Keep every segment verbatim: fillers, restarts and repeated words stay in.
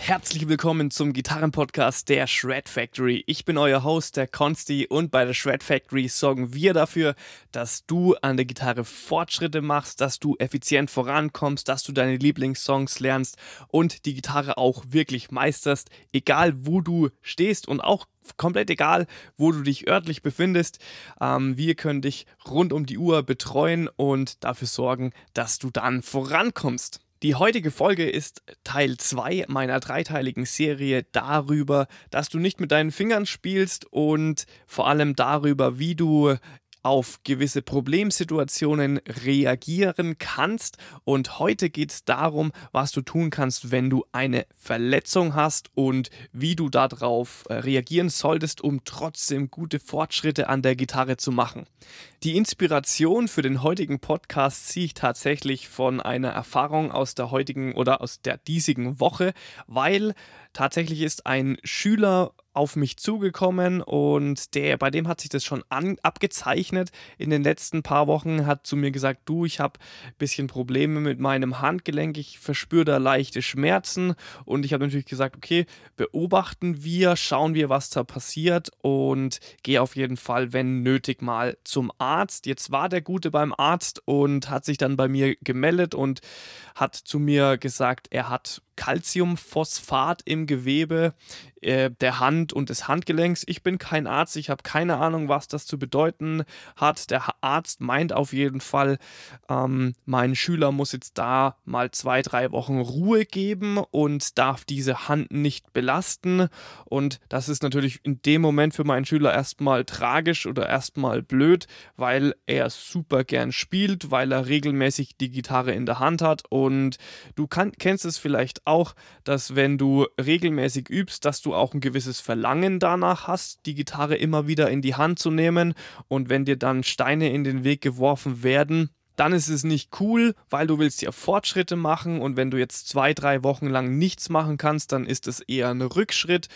Herzlich willkommen zum Gitarrenpodcast der Shred Factory. Ich bin euer Host, der Konsti, und bei der Shred Factory sorgen wir dafür, dass du an der Gitarre Fortschritte machst, dass du effizient vorankommst, dass du deine Lieblingssongs lernst und die Gitarre auch wirklich meisterst, egal wo du stehst und auch komplett egal, wo du dich örtlich befindest. Ähm, wir können dich rund um die Uhr betreuen und dafür sorgen, dass du dann vorankommst. Die heutige Folge ist Teil zwei meiner dreiteiligen Serie darüber, dass du nicht mit deinen Fingern spielst und vor allem darüber, wie du auf gewisse Problemsituationen reagieren kannst. Und heute geht es darum, was du tun kannst, wenn du eine Verletzung hast und wie du darauf reagieren solltest, um trotzdem gute Fortschritte an der Gitarre zu machen. Die Inspiration für den heutigen Podcast ziehe ich tatsächlich von einer Erfahrung aus der heutigen oder aus der diesigen Woche, weil tatsächlich ist ein Schüler auf mich zugekommen und der, bei dem hat sich das schon an, abgezeichnet in den letzten paar Wochen, hat zu mir gesagt, du, ich habe ein bisschen Probleme mit meinem Handgelenk, ich verspüre da leichte Schmerzen, und ich habe natürlich gesagt, okay, beobachten wir, schauen wir, was da passiert, und gehe auf jeden Fall, wenn nötig, mal zum Arzt. Jetzt war der Gute beim Arzt und hat sich dann bei mir gemeldet und hat zu mir gesagt, er hat Calciumphosphat im Gewebe äh, der Hand und des Handgelenks. Ich bin kein Arzt, ich habe keine Ahnung, was das zu bedeuten hat. Der Arzt meint auf jeden Fall, ähm, mein Schüler muss jetzt da mal zwei, drei Wochen Ruhe geben und darf diese Hand nicht belasten. Und das ist natürlich in dem Moment für meinen Schüler erstmal tragisch oder erstmal blöd, weil er super gern spielt, weil er regelmäßig die Gitarre in der Hand hat. Und du kann, kennst es vielleicht auch, dass wenn du regelmäßig übst, dass du auch ein gewisses Verlangen danach hast, die Gitarre immer wieder in die Hand zu nehmen, und wenn dir dann Steine in den Weg geworfen werden, dann ist es nicht cool, weil du willst ja Fortschritte machen, und wenn du jetzt zwei, drei Wochen lang nichts machen kannst, dann ist es eher ein Rückschritt,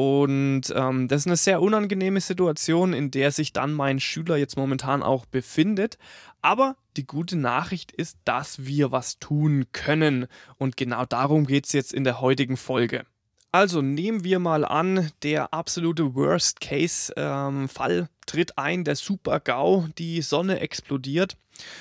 und ähm, das ist eine sehr unangenehme Situation, in der sich dann mein Schüler jetzt momentan auch befindet. Aber die gute Nachricht ist, dass wir was tun können, und genau darum geht es jetzt in der heutigen Folge. Also nehmen wir mal an, der absolute Worst-Case-Fall ähm, tritt ein, der Super-GAU, die Sonne explodiert.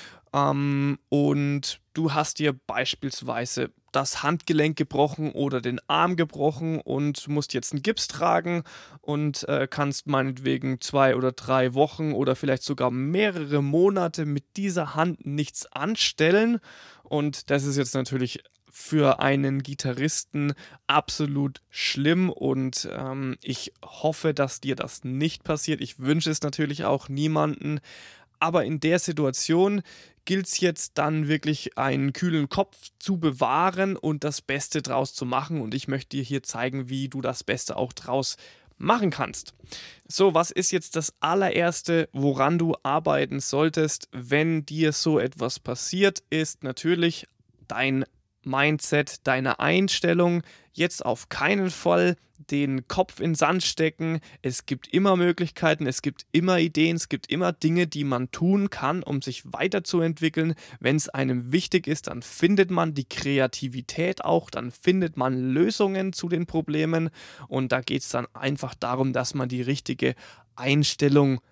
Ähm, und du hast dir beispielsweise das Handgelenk gebrochen oder den Arm gebrochen und musst jetzt einen Gips tragen und äh, kannst meinetwegen zwei oder drei Wochen oder vielleicht sogar mehrere Monate mit dieser Hand nichts anstellen. Und das ist jetzt natürlich für einen Gitarristen absolut schlimm, und ähm, ich hoffe, dass dir das nicht passiert. Ich wünsche es natürlich auch niemanden. Aber in der Situation gilt es jetzt dann wirklich, einen kühlen Kopf zu bewahren und das Beste draus zu machen. Und ich möchte dir hier zeigen, wie du das Beste auch draus machen kannst. So, was ist jetzt das allererste, woran du arbeiten solltest, wenn dir so etwas passiert, ist natürlich dein Mindset, deine Einstellung. Jetzt auf keinen Fall den Kopf in den Sand stecken. Es gibt immer Möglichkeiten, es gibt immer Ideen, es gibt immer Dinge, die man tun kann, um sich weiterzuentwickeln. Wenn es einem wichtig ist, dann findet man die Kreativität auch, dann findet man Lösungen zu den Problemen, und da geht es dann einfach darum, dass man die richtige Einstellung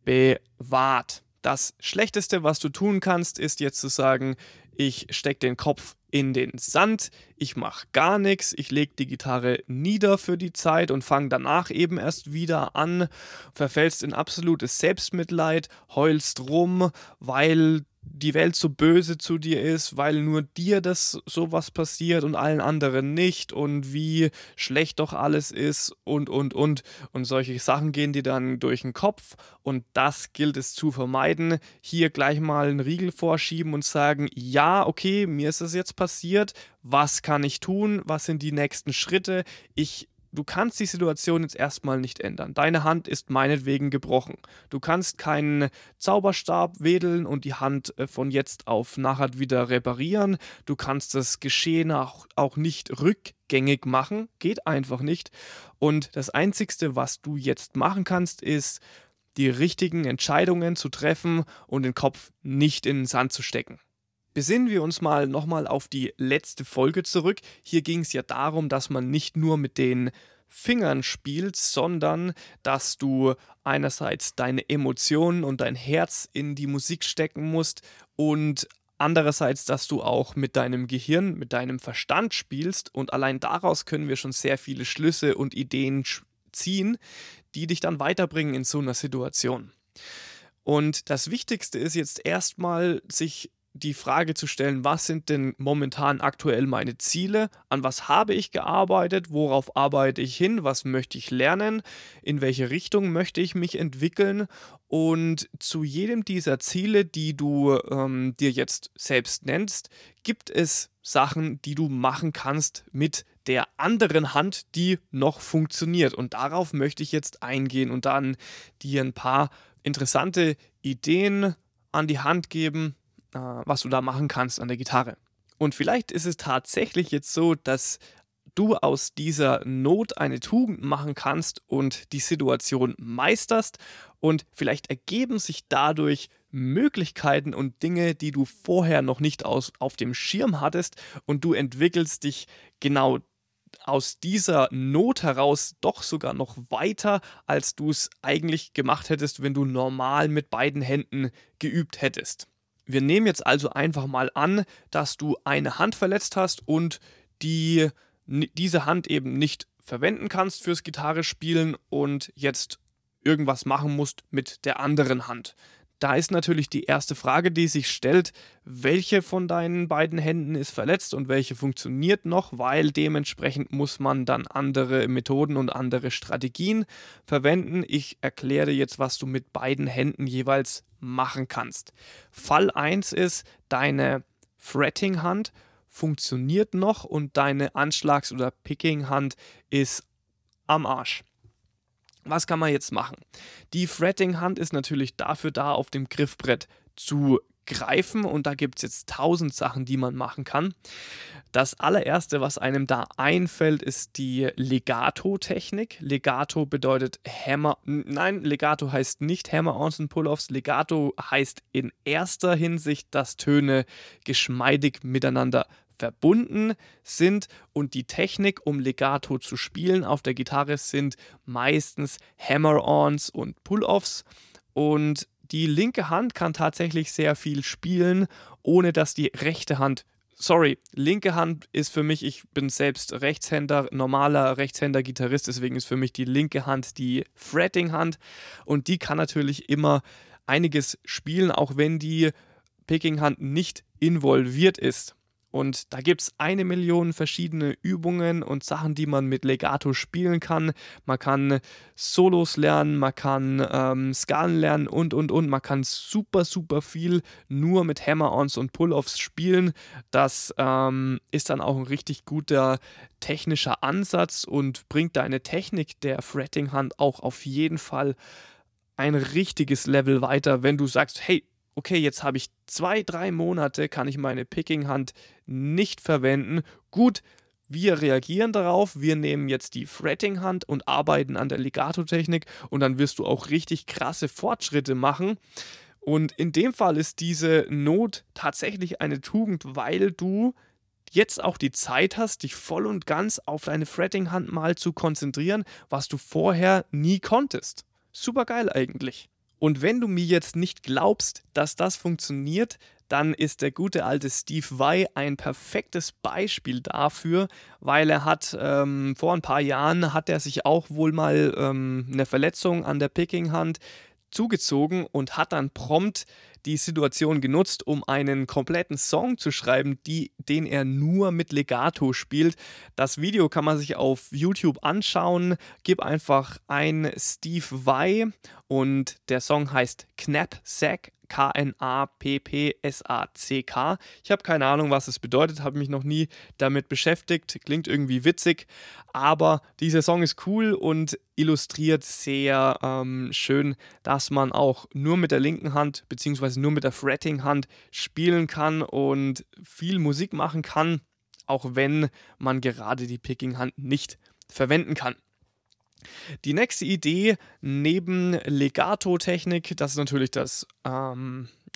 bewahrt. Das Schlechteste, was du tun kannst, ist jetzt zu sagen, ich stecke den Kopf in den Sand, ich mache gar nichts, ich lege die Gitarre nieder für die Zeit und fange danach eben erst wieder an, verfällst in absolutes Selbstmitleid, heulst rum, weil die Welt so böse zu dir ist, weil nur dir das sowas passiert und allen anderen nicht, und wie schlecht doch alles ist und, und, und. Und solche Sachen gehen dir dann durch den Kopf, und das gilt es zu vermeiden. Hier gleich mal einen Riegel vorschieben und sagen, ja, okay, mir ist das jetzt passiert, was kann ich tun, was sind die nächsten Schritte? Ich Du kannst die Situation jetzt erstmal nicht ändern. Deine Hand ist meinetwegen gebrochen. Du kannst keinen Zauberstab wedeln und die Hand äh, von jetzt auf nachher wieder reparieren. Du kannst das Geschehene auch, auch nicht rückgängig machen. Geht einfach nicht. Und das Einzigste, was du jetzt machen kannst, ist, die richtigen Entscheidungen zu treffen und den Kopf nicht in den Sand zu stecken. Besinnen wir uns mal nochmal auf die letzte Folge zurück. Hier ging es ja darum, dass man nicht nur mit den Fingern spielt, sondern dass du einerseits deine Emotionen und dein Herz in die Musik stecken musst und andererseits, dass du auch mit deinem Gehirn, mit deinem Verstand spielst, und allein daraus können wir schon sehr viele Schlüsse und Ideen sch- ziehen, die dich dann weiterbringen in so einer Situation. Und das Wichtigste ist jetzt erstmal, sich die Frage zu stellen: Was sind denn momentan aktuell meine Ziele? An was habe ich gearbeitet? Worauf arbeite ich hin? Was möchte ich lernen? In welche Richtung möchte ich mich entwickeln? Und zu jedem dieser Ziele, die du ähm, dir jetzt selbst nennst, gibt es Sachen, die du machen kannst mit der anderen Hand, die noch funktioniert. Und darauf möchte ich jetzt eingehen und dann dir ein paar interessante Ideen an die Hand geben, äh, was du da machen kannst an der Gitarre. Und vielleicht ist es tatsächlich jetzt so, dass du aus dieser Not eine Tugend machen kannst und die Situation meisterst, und vielleicht ergeben sich dadurch Möglichkeiten und Dinge, die du vorher noch nicht aus, auf dem Schirm hattest, und du entwickelst dich genau aus dieser Not heraus doch sogar noch weiter, als du es eigentlich gemacht hättest, wenn du normal mit beiden Händen geübt hättest. Wir nehmen jetzt also einfach mal an, dass du eine Hand verletzt hast und die, diese Hand eben nicht verwenden kannst fürs Gitarrespielen und jetzt irgendwas machen musst mit der anderen Hand. Da ist natürlich die erste Frage, die sich stellt: Welche von deinen beiden Händen ist verletzt und welche funktioniert noch, weil dementsprechend muss man dann andere Methoden und andere Strategien verwenden. Ich erkläre jetzt, was du mit beiden Händen jeweils machen kannst. Fall eins ist, deine Fretting-Hand funktioniert noch und deine Anschlags- oder Picking-Hand ist am Arsch. Was kann man jetzt machen? Die Fretting-Hand ist natürlich dafür da, auf dem Griffbrett zu greifen, und da gibt es jetzt tausend Sachen, die man machen kann. Das allererste, was einem da einfällt, ist die Legato-Technik. Legato bedeutet Hammer, nein, Legato heißt nicht Hammer-Ons und Pull-Offs. Legato heißt in erster Hinsicht, dass Töne geschmeidig miteinander verbunden sind, und die Technik, um Legato zu spielen auf der Gitarre, sind meistens Hammer-Ons und Pull-Offs, und die linke Hand kann tatsächlich sehr viel spielen, ohne dass die rechte Hand, sorry, linke Hand ist für mich, ich bin selbst Rechtshänder, normaler Rechtshänder-Gitarrist, deswegen ist für mich die linke Hand die Fretting-Hand, und die kann natürlich immer einiges spielen, auch wenn die Picking-Hand nicht involviert ist. Und da gibt es eine Million verschiedene Übungen und Sachen, die man mit Legato spielen kann. Man kann Solos lernen, man kann ähm, Skalen lernen und, und, und. Man kann super, super viel nur mit Hammer-Ons und Pull-Offs spielen. Das ähm, ist dann auch ein richtig guter technischer Ansatz und bringt deine Technik der Fretting-Hand auch auf jeden Fall ein richtiges Level weiter, wenn du sagst: Hey, okay, jetzt habe ich zwei, drei Monate, kann ich meine Picking-Hand nicht verwenden. Gut, wir reagieren darauf, wir nehmen jetzt die Fretting-Hand und arbeiten an der Legato-Technik, und dann wirst du auch richtig krasse Fortschritte machen. Und in dem Fall ist diese Not tatsächlich eine Tugend, weil du jetzt auch die Zeit hast, dich voll und ganz auf deine Fretting-Hand mal zu konzentrieren, was du vorher nie konntest. Super geil eigentlich. Und wenn du mir jetzt nicht glaubst, dass das funktioniert, dann ist der gute alte Steve Vai ein perfektes Beispiel dafür, weil er hat ähm, vor ein paar Jahren hat er sich auch wohl mal ähm, eine Verletzung an der Picking-Hand zugezogen und hat dann prompt die Situation genutzt, um einen kompletten Song zu schreiben, die, den er nur mit Legato spielt. Das Video kann man sich auf YouTube anschauen. Gib einfach ein Steve Vai und der Song heißt Knapsack. K N A P P S A C K. Ich habe keine Ahnung, was es bedeutet, habe mich noch nie damit beschäftigt. Klingt irgendwie witzig, aber dieser Song ist cool und illustriert sehr ähm, schön, dass man auch nur mit der linken Hand bzw. nur mit der Fretting-Hand spielen kann und viel Musik machen kann, auch wenn man gerade die Picking-Hand nicht verwenden kann. Die nächste Idee neben Legato-Technik, das ist natürlich das, ähm,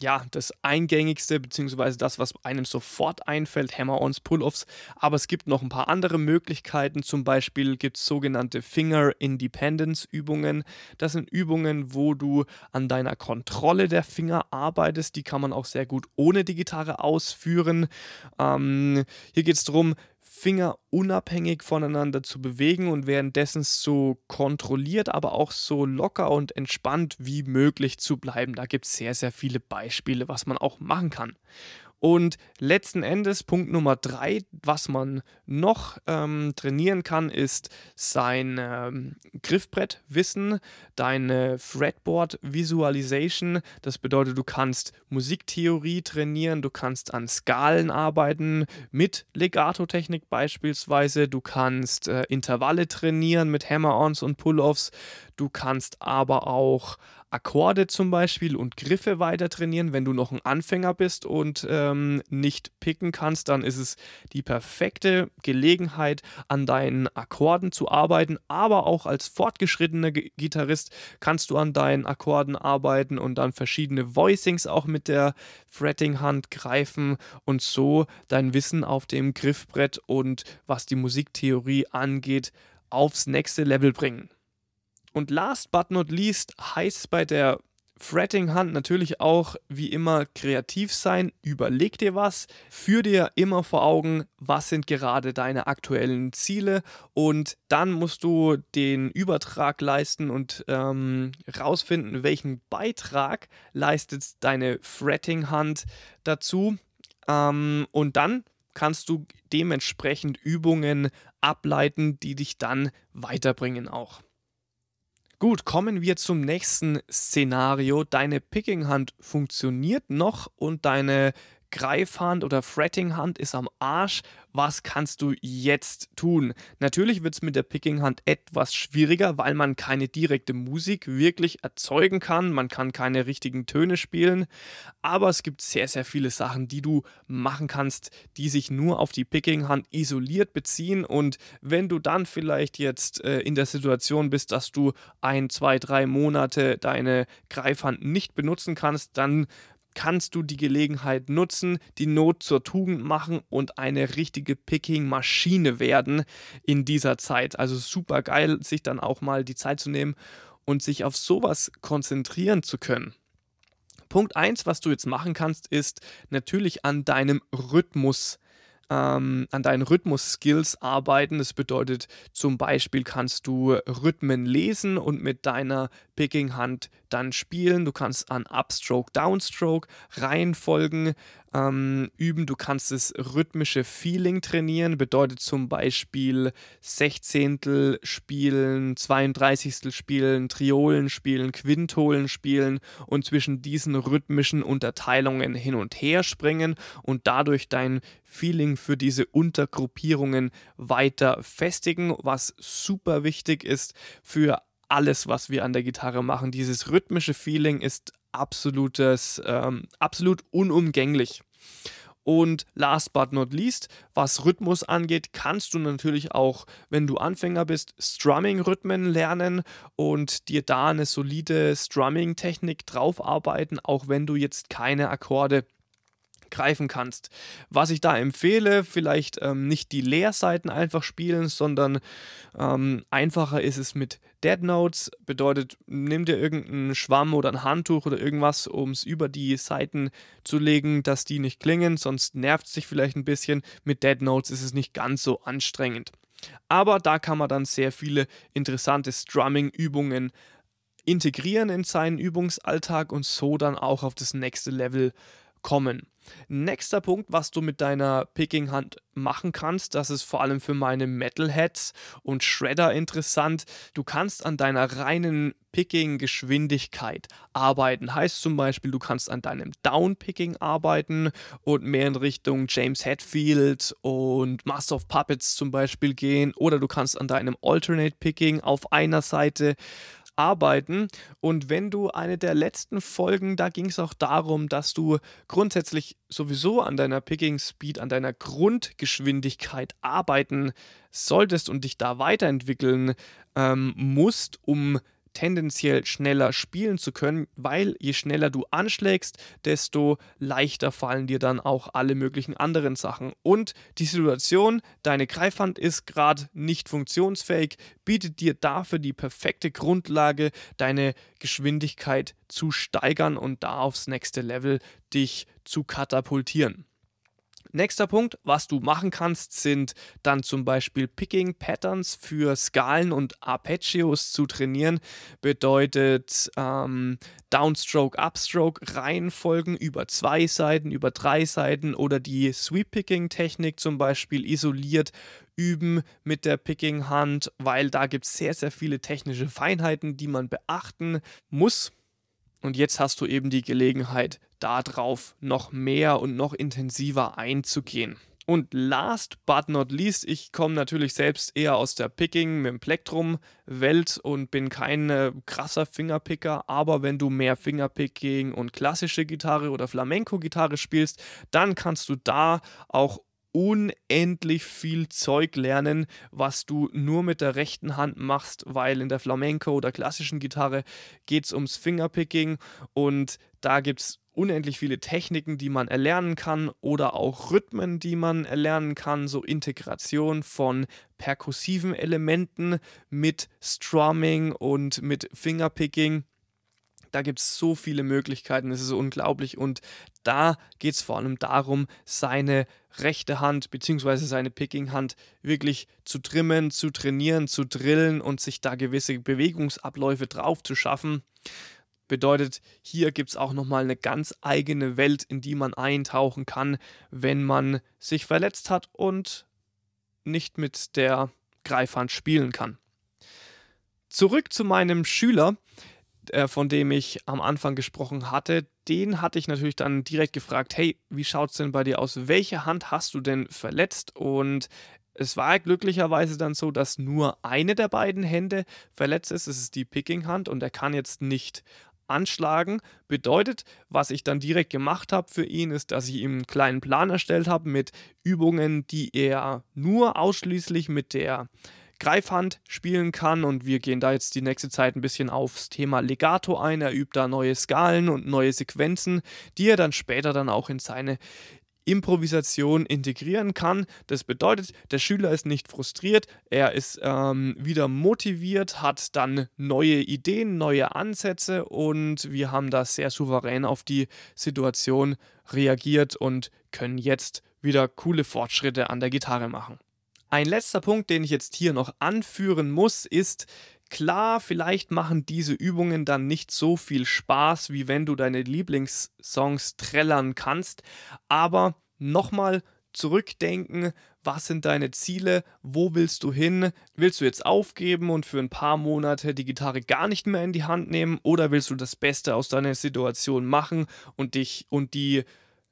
ja, das Eingängigste, beziehungsweise das, was einem sofort einfällt, Hammer-Ons, Pull-Offs. Aber es gibt noch ein paar andere Möglichkeiten. Zum Beispiel gibt es sogenannte Finger-Independence-Übungen. Das sind Übungen, wo du an deiner Kontrolle der Finger arbeitest. Die kann man auch sehr gut ohne die Gitarre ausführen. Ähm, hier geht es darum, Finger unabhängig voneinander zu bewegen und währenddessen so kontrolliert, aber auch so locker und entspannt wie möglich zu bleiben. Da gibt es sehr, sehr viele Beispiele, was man auch machen kann. Und letzten Endes, Punkt Nummer drei, was man noch ähm, trainieren kann, ist sein ähm, Griffbrettwissen, deine Fretboard Visualization. Das bedeutet, du kannst Musiktheorie trainieren, du kannst an Skalen arbeiten, mit Legato-Technik beispielsweise, du kannst äh, Intervalle trainieren mit Hammer-Ons und Pull-Offs, du kannst aber auch Akkorde zum Beispiel und Griffe weiter trainieren. Wenn du noch ein Anfänger bist und ähm, nicht picken kannst, dann ist es die perfekte Gelegenheit, an deinen Akkorden zu arbeiten. Aber auch als fortgeschrittener G- Gitarrist kannst du an deinen Akkorden arbeiten und dann verschiedene Voicings auch mit der Fretting-Hand greifen und so dein Wissen auf dem Griffbrett und was die Musiktheorie angeht, aufs nächste Level bringen. Und last but not least heißt bei der Fretting-Hand natürlich auch wie immer kreativ sein. Überleg dir was, führ dir immer vor Augen, was sind gerade deine aktuellen Ziele und dann musst du den Übertrag leisten und ähm, rausfinden, welchen Beitrag leistet deine Fretting-Hand dazu. Ähm, und dann kannst du dementsprechend Übungen ableiten, die dich dann weiterbringen auch. Gut, kommen wir zum nächsten Szenario. Deine Picking-Hand funktioniert noch und deine Greifhand oder Fretting-Hand ist am Arsch. Was kannst du jetzt tun? Natürlich wird es mit der Picking-Hand etwas schwieriger, weil man keine direkte Musik wirklich erzeugen kann. Man kann keine richtigen Töne spielen. Aber es gibt sehr, sehr viele Sachen, die du machen kannst, die sich nur auf die Picking-Hand isoliert beziehen. Und wenn du dann vielleicht jetzt äh, in der Situation bist, dass du ein, zwei, drei Monate deine Greifhand nicht benutzen kannst, dann kannst du die Gelegenheit nutzen, die Not zur Tugend machen und eine richtige Picking-Maschine werden in dieser Zeit. Also super geil, sich dann auch mal die Zeit zu nehmen und sich auf sowas konzentrieren zu können. Punkt eins, was du jetzt machen kannst, ist natürlich an deinem Rhythmus ähm, an deinen Rhythmus-Skills arbeiten. Das bedeutet, zum Beispiel kannst du Rhythmen lesen und mit deiner Picking-Hand dann spielen. Du kannst an Upstroke, Downstroke, Reihenfolgen ähm, üben. Du kannst das rhythmische Feeling trainieren. Bedeutet zum Beispiel Sechzehntel spielen, Zweiunddreißigstel spielen, Triolen spielen, Quintolen spielen und zwischen diesen rhythmischen Unterteilungen hin und her springen und dadurch dein Feeling für diese Untergruppierungen weiter festigen, was super wichtig ist für alles, was wir an der Gitarre machen. Dieses rhythmische Feeling ist absolutes, ähm, absolut unumgänglich. Und last but not least, was Rhythmus angeht, kannst du natürlich auch, wenn du Anfänger bist, Strumming-Rhythmen lernen und dir da eine solide Strumming-Technik drauf arbeiten, auch wenn du jetzt keine Akkorde greifen kannst. Was ich da empfehle, vielleicht ähm, nicht die Leerseiten einfach spielen, sondern ähm, einfacher ist es mit Dead Notes. Bedeutet, nimm dir irgendeinen Schwamm oder ein Handtuch oder irgendwas, um es über die Seiten zu legen, dass die nicht klingen, sonst nervt es sich vielleicht ein bisschen. Mit Dead Notes ist es nicht ganz so anstrengend. Aber da kann man dann sehr viele interessante Strumming-Übungen integrieren in seinen Übungsalltag und so dann auch auf das nächste Level kommen. Nächster Punkt, was du mit deiner Picking-Hand machen kannst, das ist vor allem für meine Metalheads und Shredder interessant. Du kannst an deiner reinen Picking-Geschwindigkeit arbeiten. Heißt zum Beispiel, du kannst an deinem Down-Picking arbeiten und mehr in Richtung James Hetfield und Master of Puppets zum Beispiel gehen. Oder du kannst an deinem Alternate-Picking auf einer Seite arbeiten. Und wenn du eine der letzten Folgen, da ging es auch darum, dass du grundsätzlich sowieso an deiner Picking Speed, an deiner Grundgeschwindigkeit arbeiten solltest und dich da weiterentwickeln ähm, musst, um tendenziell schneller spielen zu können, weil je schneller du anschlägst, desto leichter fallen dir dann auch alle möglichen anderen Sachen. Und die Situation, deine Greifhand ist gerade nicht funktionsfähig, bietet dir dafür die perfekte Grundlage, deine Geschwindigkeit zu steigern und da aufs nächste Level dich zu katapultieren. Nächster Punkt, was du machen kannst, sind dann zum Beispiel Picking Patterns für Skalen und Arpeggios zu trainieren. Bedeutet ähm, Downstroke, Upstroke, Reihenfolgen über zwei Seiten, über drei Seiten oder die Sweep Picking Technik zum Beispiel isoliert üben mit der Picking Hand, weil da gibt es sehr, sehr viele technische Feinheiten, die man beachten muss. Und jetzt hast du eben die Gelegenheit, darauf noch mehr und noch intensiver einzugehen. Und last but not least, ich komme natürlich selbst eher aus der Picking mit dem Plektrum-Welt und bin kein äh, krasser Fingerpicker, aber wenn du mehr Fingerpicking und klassische Gitarre oder Flamenco-Gitarre spielst, dann kannst du da auch unendlich viel Zeug lernen, was du nur mit der rechten Hand machst, weil in der Flamenco oder klassischen Gitarre geht es ums Fingerpicking und da gibt es unendlich viele Techniken, die man erlernen kann oder auch Rhythmen, die man erlernen kann, so Integration von perkussiven Elementen mit Strumming und mit Fingerpicking. Da gibt es so viele Möglichkeiten, es ist unglaublich und da geht es vor allem darum, seine rechte Hand bzw. seine Picking-Hand wirklich zu trimmen, zu trainieren, zu drillen und sich da gewisse Bewegungsabläufe drauf zu schaffen. Bedeutet, hier gibt es auch nochmal eine ganz eigene Welt, in die man eintauchen kann, wenn man sich verletzt hat und nicht mit der Greifhand spielen kann. Zurück zu meinem Schüler, von dem ich am Anfang gesprochen hatte, den hatte ich natürlich dann direkt gefragt, hey, wie schaut es denn bei dir aus? Welche Hand hast du denn verletzt? Und es war glücklicherweise dann so, dass nur eine der beiden Hände verletzt ist. Es ist die Picking-Hand und er kann jetzt nicht anschlagen. Bedeutet, was ich dann direkt gemacht habe für ihn, ist, dass ich ihm einen kleinen Plan erstellt habe mit Übungen, die er nur ausschließlich mit der Greifhand spielen kann und wir gehen da jetzt die nächste Zeit ein bisschen aufs Thema Legato ein. Er übt da neue Skalen und neue Sequenzen, die er dann später dann auch in seine Improvisation integrieren kann. Das bedeutet, der Schüler ist nicht frustriert, er ist ähm, wieder motiviert, hat dann neue Ideen, neue Ansätze und wir haben da sehr souverän auf die Situation reagiert und können jetzt wieder coole Fortschritte an der Gitarre machen. Ein letzter Punkt, den ich jetzt hier noch anführen muss, ist, klar, vielleicht machen diese Übungen dann nicht so viel Spaß, wie wenn du deine Lieblingssongs trällern kannst, aber nochmal zurückdenken, was sind deine Ziele, wo willst du hin, willst du jetzt aufgeben und für ein paar Monate die Gitarre gar nicht mehr in die Hand nehmen oder willst du das Beste aus deiner Situation machen und dich und die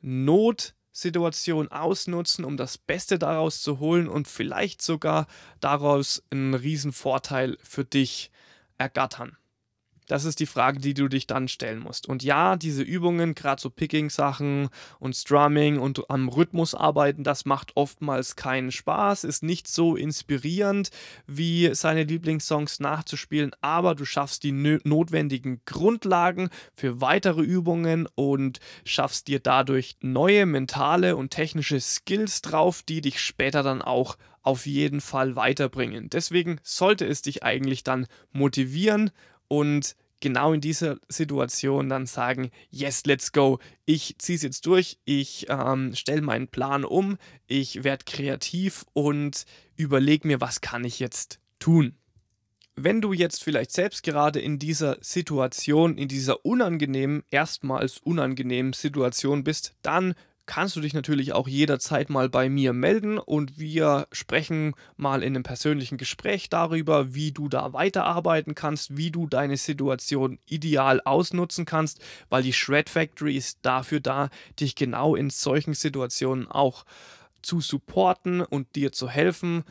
Not Situation ausnutzen, um das Beste daraus zu holen und vielleicht sogar daraus einen riesen Vorteil für dich ergattern. Das ist die Frage, die du dich dann stellen musst. Und ja, diese Übungen, gerade so Picking-Sachen und Strumming und am Rhythmus arbeiten, das macht oftmals keinen Spaß, ist nicht so inspirierend, wie seine Lieblingssongs nachzuspielen, aber du schaffst die nö- notwendigen Grundlagen für weitere Übungen und schaffst dir dadurch neue mentale und technische Skills drauf, die dich später dann auch auf jeden Fall weiterbringen. Deswegen sollte es dich eigentlich dann motivieren, und genau in dieser Situation dann sagen, yes, let's go, ich ziehe es jetzt durch, ich ähm, stelle meinen Plan um, ich werde kreativ und überlege mir, was kann ich jetzt tun. Wenn du jetzt vielleicht selbst gerade in dieser Situation, in dieser unangenehmen, erstmals unangenehmen Situation bist, dann kannst du dich natürlich auch jederzeit mal bei mir melden und wir sprechen mal in einem persönlichen Gespräch darüber, wie du da weiterarbeiten kannst, wie du deine Situation ideal ausnutzen kannst, weil die Shred Factory ist dafür da, dich genau in solchen Situationen auch zu supporten und dir zu helfen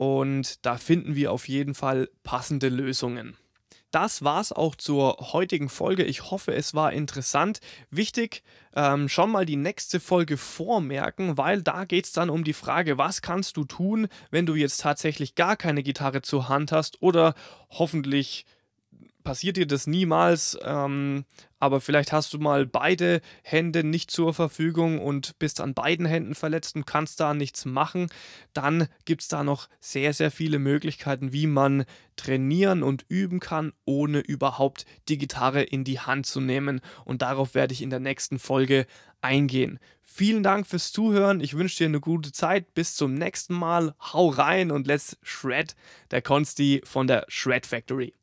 und da finden wir auf jeden Fall passende Lösungen. Das war's auch zur heutigen Folge. Ich hoffe, es war interessant. Wichtig, ähm, schon mal die nächste Folge vormerken, weil da geht es dann um die Frage, was kannst du tun, wenn du jetzt tatsächlich gar keine Gitarre zur Hand hast oder hoffentlich passiert dir das niemals, ähm, aber vielleicht hast du mal beide Hände nicht zur Verfügung und bist an beiden Händen verletzt und kannst da nichts machen, dann gibt es da noch sehr, sehr viele Möglichkeiten, wie man trainieren und üben kann, ohne überhaupt die Gitarre in die Hand zu nehmen. Und darauf werde ich in der nächsten Folge eingehen. Vielen Dank fürs Zuhören. Ich wünsche dir eine gute Zeit. Bis zum nächsten Mal. Hau rein und let's shred. Der Konsti von der Shred Factory.